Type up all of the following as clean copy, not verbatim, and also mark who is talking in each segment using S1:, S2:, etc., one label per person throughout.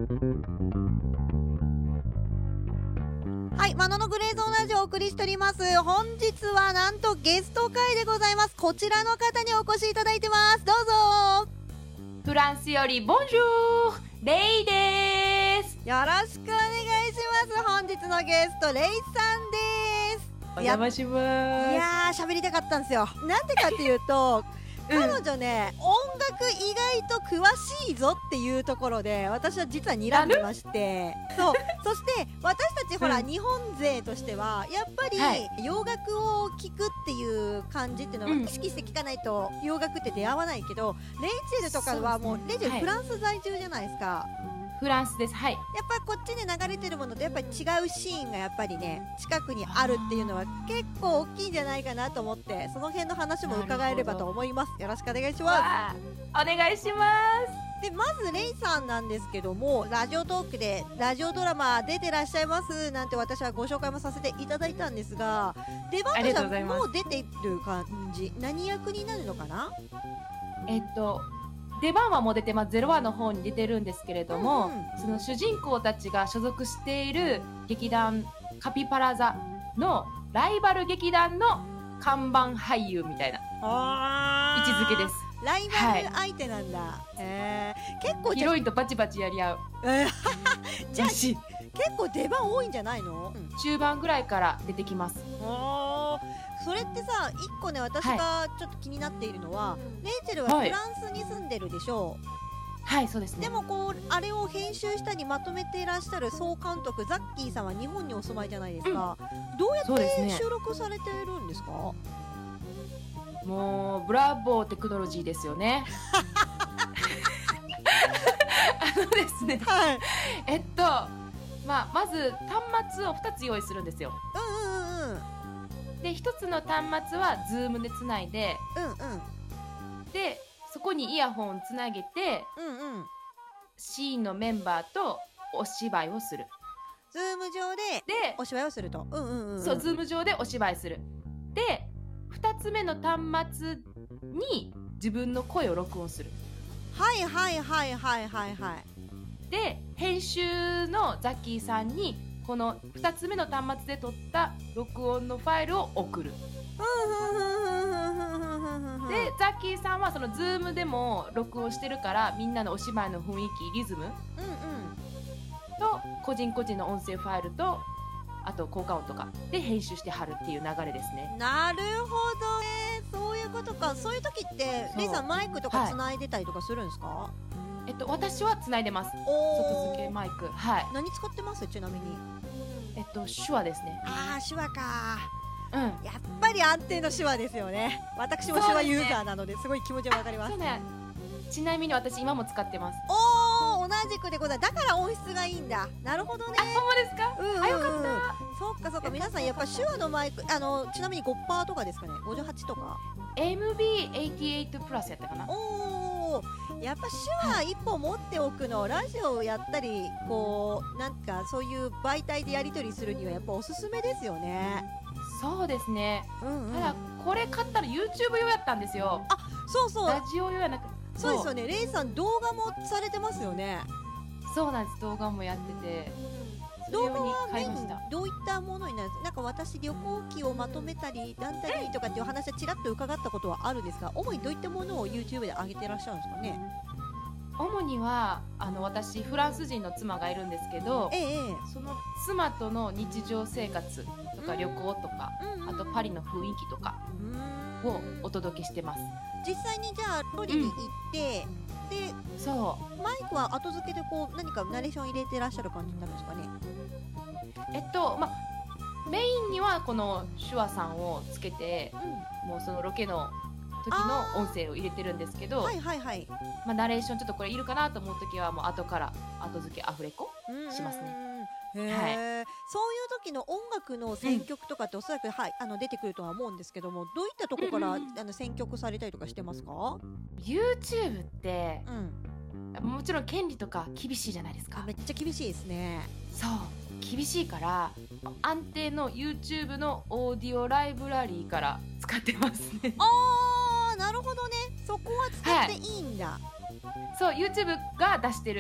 S1: はい、マノのグレーゾーンラジオをお送りしております。本日はなんとゲスト会でございます。こちらの方にお越しいただいてます。どうぞ。
S2: フランスよりボンジュール、レイです。
S1: よろしくお願いします。本日のゲストレイさんです。
S2: お邪魔します。
S1: いやー、喋りたかったんですよ。なんでかっていうと彼女ね、音楽意外と詳しいぞっていうところで私は実は睨んでまして、そして私たちほら、日本勢としてはやっぱり、洋楽を聴くっていう感じっていうのは、意識して聴かないと洋楽って出会わないけど、レイチェルとかはもうレイチェルフランス在住じゃないですか。
S2: フランスです。はい。
S1: やっぱりこっちに流れてるものとやっぱり違うシーンがやっぱりね近くにあるっていうのは結構大きいんじゃないかなと思って、その辺の話も伺えればと思います。よろしくお願いします。
S2: お願いします。
S1: でまずレイさんなんですけども、ラジオトークでラジオドラマ出てらっしゃいますなんて私はご紹介もさせていただいたんですが、出番としてはもう出てる感じ、何役になるのかな。
S2: 出番はもう出てます。ゼロ話の方に出てるんですけれども、その主人公たちが所属している劇団カピパラザのライバル劇団の看板俳優みたいな位置づけです。
S1: ライバル相手なんだ。結構
S2: ヒロインとバチバチやり合う。
S1: じゃあ結構出番多いんじゃないの？
S2: 中盤ぐらいから出てきます。
S1: それってさ、一個ね私がちょっと気になっているのは、レイチェルはフランスに住んでるでしょう。
S2: はい、そうですね。
S1: でもこうあれを編集したりまとめていらっしゃる総監督ザッキーさんは日本にお住まいじゃないですか。どうやって収録されているんですか？
S2: もうブラボーテクノロジーですよね。ですね、まず端末を2つ用意するんですよ。で1つの端末は Zoom でつないで、でそこにイヤホンつなげて、シーンのメンバーとお芝居をする。
S1: ズーム上でお芝居をすると。
S2: そう、ズーム上でお芝居する。で2つ目の端末に自分の声を録音する。で編集のザッキーさんにこの2つ目の端末で撮った録音のファイルを送る。でザッキーさんはそのズームでも録音してるから、みんなのお芝居の雰囲気、リズムと個人個人の音声ファイルとあと効果音とかで編集して貼るっていう流れですね。
S1: なるほどね、そういうことか。そういう時ってレイさんマイクとかつないでたりとかするんですか？
S2: 私はつないでます。外付けマイク。
S1: 何使ってます？ちなみに。
S2: 手話ですね。
S1: 手話か。やっぱり安定の手話ですよね。私も手話ユーザーなのですごい気持ちはわかります。
S2: ちなみに私今も使ってます。
S1: 同じくでございます。だから音質がいいんだ。なるほどね。
S2: ほんまですか？よかった。
S1: そうか。皆さんやっぱ手話のマイク、ちなみに5%とかですかね。58とか。
S2: MB88 プラスやったかな。
S1: やっぱ手話一本持っておくの、ラジオをやったりこうなんかそういう媒体でやり取りするにはやっぱおすすめですよね。
S2: そうですね。ただこれ買ったら YouTube 用やったんですよ。
S1: そう
S2: ラジオ用やなく。
S1: そうですよね。レイさん動画もされてますよね。
S2: そうなんです。動画もやってて、
S1: 動画はメインどういったものになるんですか？なんか私旅行記をまとめたりなんたりとかっていう話はちらっと伺ったことはあるんですが、主にどういったものを YouTube で上げてらっしゃるんですかね？
S2: 主には私フランス人の妻がいるんですけど、その妻との日常生活とか旅行とか、あとパリの雰囲気とかをお届けしてます。
S1: 実際にじゃあロリに行って、でマイクは後付けでこう何かナレーション入れてらっしゃる感じになるんですかね？
S2: メインにはこの手話さんをつけて、もうそのロケの時の音声を入れてるんですけど、ナレーションちょっとこれいるかなと思う時はもう後から後付けアフレコしますね。
S1: そういう時の音楽の選曲とかっておそらく、出てくるとは思うんですけども、どういったところから選曲されたりとかしてますか？
S2: YouTube って、もちろん権利とか厳しいじゃないですか。
S1: めっちゃ厳しいですね。
S2: そう厳しいから安定の YouTube のオーディオライブラリーから使ってますね。
S1: なるほどね。そこは使っていいんだ。
S2: そう YouTube が出してる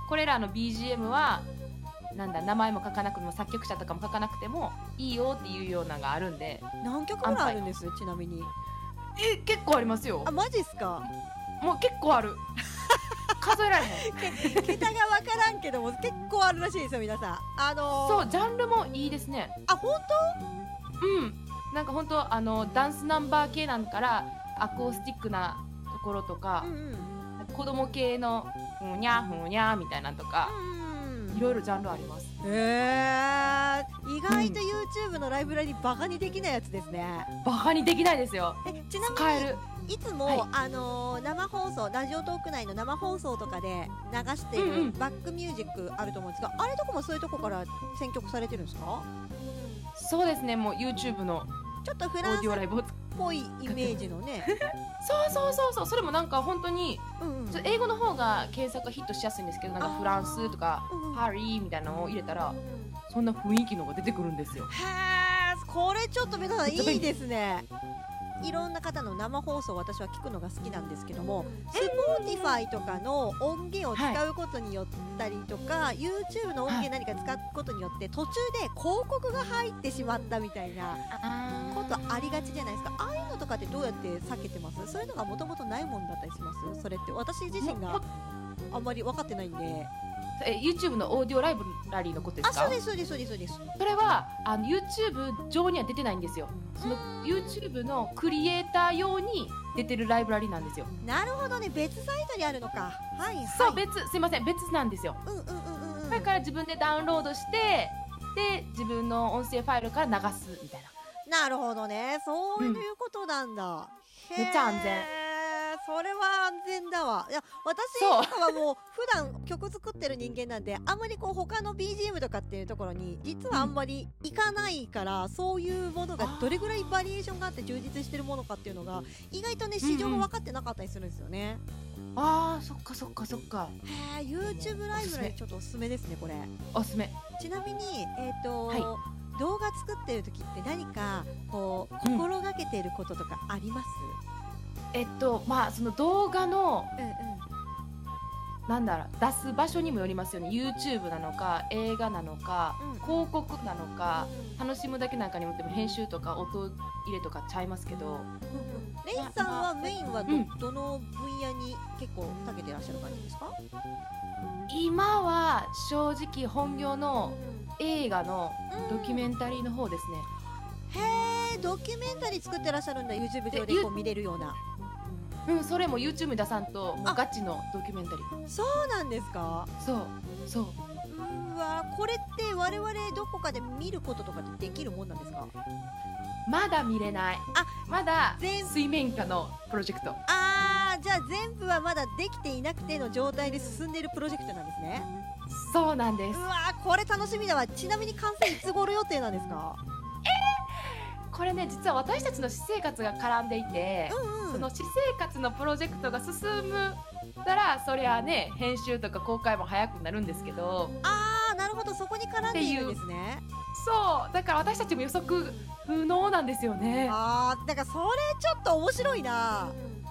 S2: これらの BGM はなんだ名前も書かなくても作曲者とかも書かなくてもいいよっていうようなのがあるんで。
S1: 何曲ぐらいあるんです？ちなみに。
S2: 結構ありますよ。
S1: あ、マジっすか？
S2: もう結構ある。数えられへん。
S1: 桁が分からんけども結構あるらしいですよ皆さん。
S2: そう、ジャンルもいいですね。
S1: あ、本
S2: 当？うん、なんか本当ダンスナンバー系なんからアコースティックなところとか、子供系のふにゃふにゃみたいなとか、いろいろジャンルあります。
S1: 意外と YouTube のライブラリバカにできないやつですね。
S2: バカにできないですよ。
S1: ちなみに
S2: 使える。
S1: いつも、生放送、ラジオトーク内の生放送とかで流しているバックミュージックあると思うんですが、あれとかもそういうとこから選曲されてるんですか？
S2: そうですね、もう YouTube の
S1: ちょっとフランスっぽいイメージのね。
S2: そう、それもなんか本当に、英語の方が検索がヒットしやすいんですけど、なんかフランスとかパリみたいなのを入れたらそんな雰囲気のが出てくるんですよ。
S1: へー、これちょっと皆さんいいですね。いろんな方の生放送を私は聞くのが好きなんですけども、Spotify とかの音源を使うことによったりとか、YouTube の音源何か使うことによって途中で広告が入ってしまったみたいなことありがちじゃないですか。ああいうのとかってどうやって避けてます？そういうのがもともとないもんだったりします？それって私自身があんまり分かってないんで。
S2: YouTube のオーディオライブラリーのことですか？
S1: そうです。そ
S2: れはYouTube 上には出てないんですよ。その YouTube のクリエイター用に出てるライブラリーなんですよ。
S1: なるほどね、別サイトにあるのか。はいはい。
S2: そう、すいません、別なんですよ。だから自分でダウンロードしてで自分の音声ファイルから流すみたい
S1: な。なるほどね、そういうことなんだ。
S2: めっちゃ安全。
S1: それは安全だわ。いや、私はもう普段曲作ってる人間なんで、あんまりこう他の BGM とかっていうところに実はあんまりいかないから、そういうものがどれぐらいバリエーションがあって充実してるものかっていうのが意外とね、市場も分かってなかったりするんですよね。
S2: そっか。
S1: へえ、YouTube ライブラリちょっとおすすめですね、これ。
S2: おすすめ。
S1: ちなみに動画作ってる時って何かこう心がけていることとかあります？
S2: まあその動画の、なんだろう、出す場所にもよりますよね。 YouTube なのか映画なのか、広告なのか、楽しむだけなんかによっても編集とか音入れとかちゃいますけど、
S1: レイさんはメインはどの分野に結構長けてらっしゃる感じですか？
S2: 今は正直本業の映画のドキュメンタリーの方です
S1: ね。へー、ドキュメンタリー作ってらっしゃるんだ。 YouTube 上でこう見れるような。
S2: それも YouTube に出さんともうガチのドキュメンタリー。
S1: そうなんですか？
S2: そう。
S1: うわ、これって我々どこかで見ることとかってできるもんなんですか？
S2: まだ見れない。まだ水面下のプロジェクト。
S1: じゃあ全部はまだできていなくての状態で進んでいるプロジェクトなんですね。
S2: そうなんです。
S1: うわ、これ楽しみだわ。ちなみに完成いつ頃予定なんですか？
S2: これね、実は私たちの私生活が絡んでいて、その私生活のプロジェクトが進むたらそりゃね、編集とか公開も早くなるんですけど。
S1: なるほど、そこに絡んでいるんですね。
S2: そうだから私たちも予測不能なんですよね。
S1: だからそれちょっと面白いな。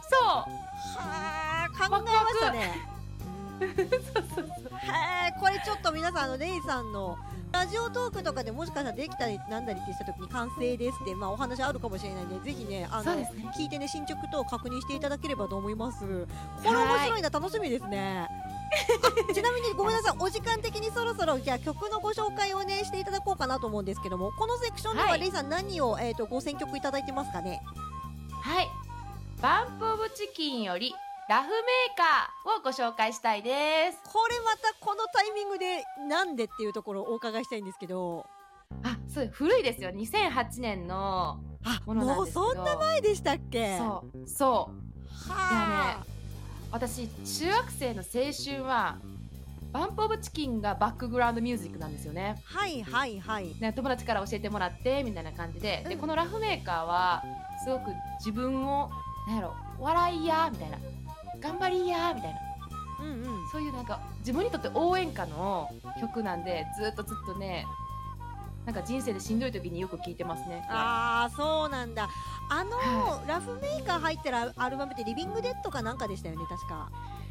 S1: 考えましたね。これちょっと皆さんレイさんのラジオトークとかでもしかしたらできたりなんだりってした時に完成ですって、お話あるかもしれないので、ぜひね聞いてね、進捗等確認していただければと思います。これ面白いな、楽しみですね。ちなみにごめんなさい、お時間的にそろそろじゃあ曲のご紹介をねしていただこうかなと思うんですけども、このセクションではレイさん何をご選曲いただいてますかね？
S2: はい、バンプオブチキンよりラフメーカーをご紹介したいです。
S1: これまたこのタイミングでなんでっていうところをお伺いしたいんですけど。
S2: そう、古いですよ。2008年のものなんですけど。
S1: もうそんな前でしたっけ？
S2: そういやね、私中学生の青春はバンプオブチキンがバックグラウンドミュージックなんですよね。友達から教えてもらってみたいな感じで、でこのラフメーカーはすごく自分を笑いやみたいな、頑張りやみたいな、そういうなんか自分にとって応援歌の曲なんで、ずっとね、なんか人生でしんどい時によく聴いてますね。
S1: そうなんだ。ラフメーカー入ってるアルバムってリビングデッドかなんかでしたよね、確か。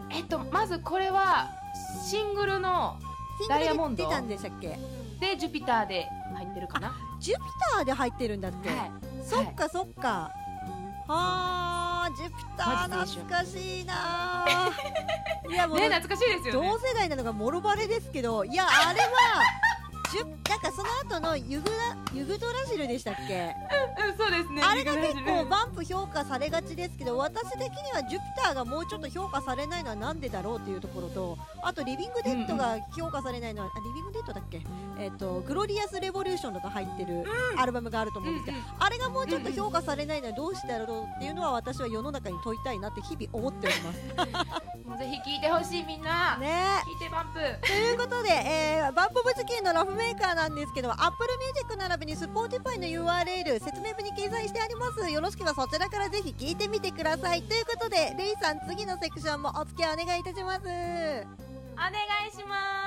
S2: まずこれはシングルのダイヤモンド
S1: 出たんでしたっけ？
S2: でジュピターで入ってるかな。
S1: ジュピターで入ってるんだって、はい、そっかそっか、はあ、ジュピター懐かしいな。いやもうね、
S2: 懐かしいですよね。
S1: 同世代なのがもろバレですけど、いやあれはなんかその後のユグドラジルでしたっけ？
S2: そうですね。
S1: あれが結構バンプ評価されがちですけど、私的にはジュピターがもうちょっと評価されないのはなんでだろうっていうところと、あとリビングデッドが評価されないのは、リビングデッドだっけ、グロリアスレボリューションとか入ってるアルバムがあると思うんですけど、あれがもうちょっと評価されないのはどうしてだろうっていうのは、私は世の中に問いたいなって日々思っております
S2: もうぜひ聴いてほしい、みんな
S1: ね。
S2: 聴いてバンプ
S1: ということで、バンプオブチキンのラフメーカーなんですけど、Apple Music 並びに Spotify の URL 説明文に掲載してあります。よろしければそちらからぜひ聴いてみてください。ということでレイさん、次のセクションもお付き合いお願いいたします。
S2: お願いします。